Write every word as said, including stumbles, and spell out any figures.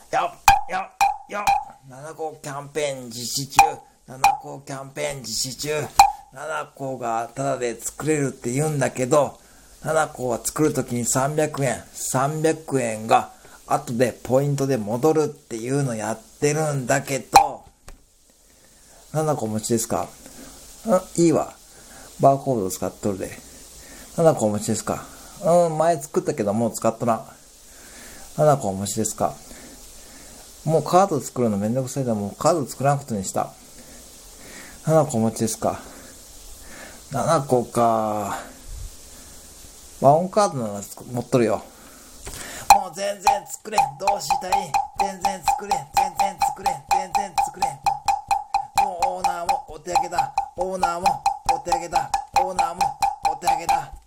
よよよななこキャンペーン実施中。ななこキャンペーン実施中。ななこがタダで作れるって言うんだけど、ななこは作るときにさんびゃくえん、さんびゃくえんが後でポイントで戻るっていうのやってるんだけど、ななこお持ちですか？んいいわ。バーコード使っとるで。ななこお持ちですか？うん、前作ったけどもう使っとらん。ななこお持ちですか？もうカード作るのめんどくさいからもうカード作らんことにした。ななこお持ちですか？ななこか。ワンオンカードなら持っとるよ。もう全然作れん。どうしたらいい？全然作れん。全然作れん。全然作れん。もうオーナーもお手上げだ。オーナーもお手上げだ。オーナーもお手上げだ。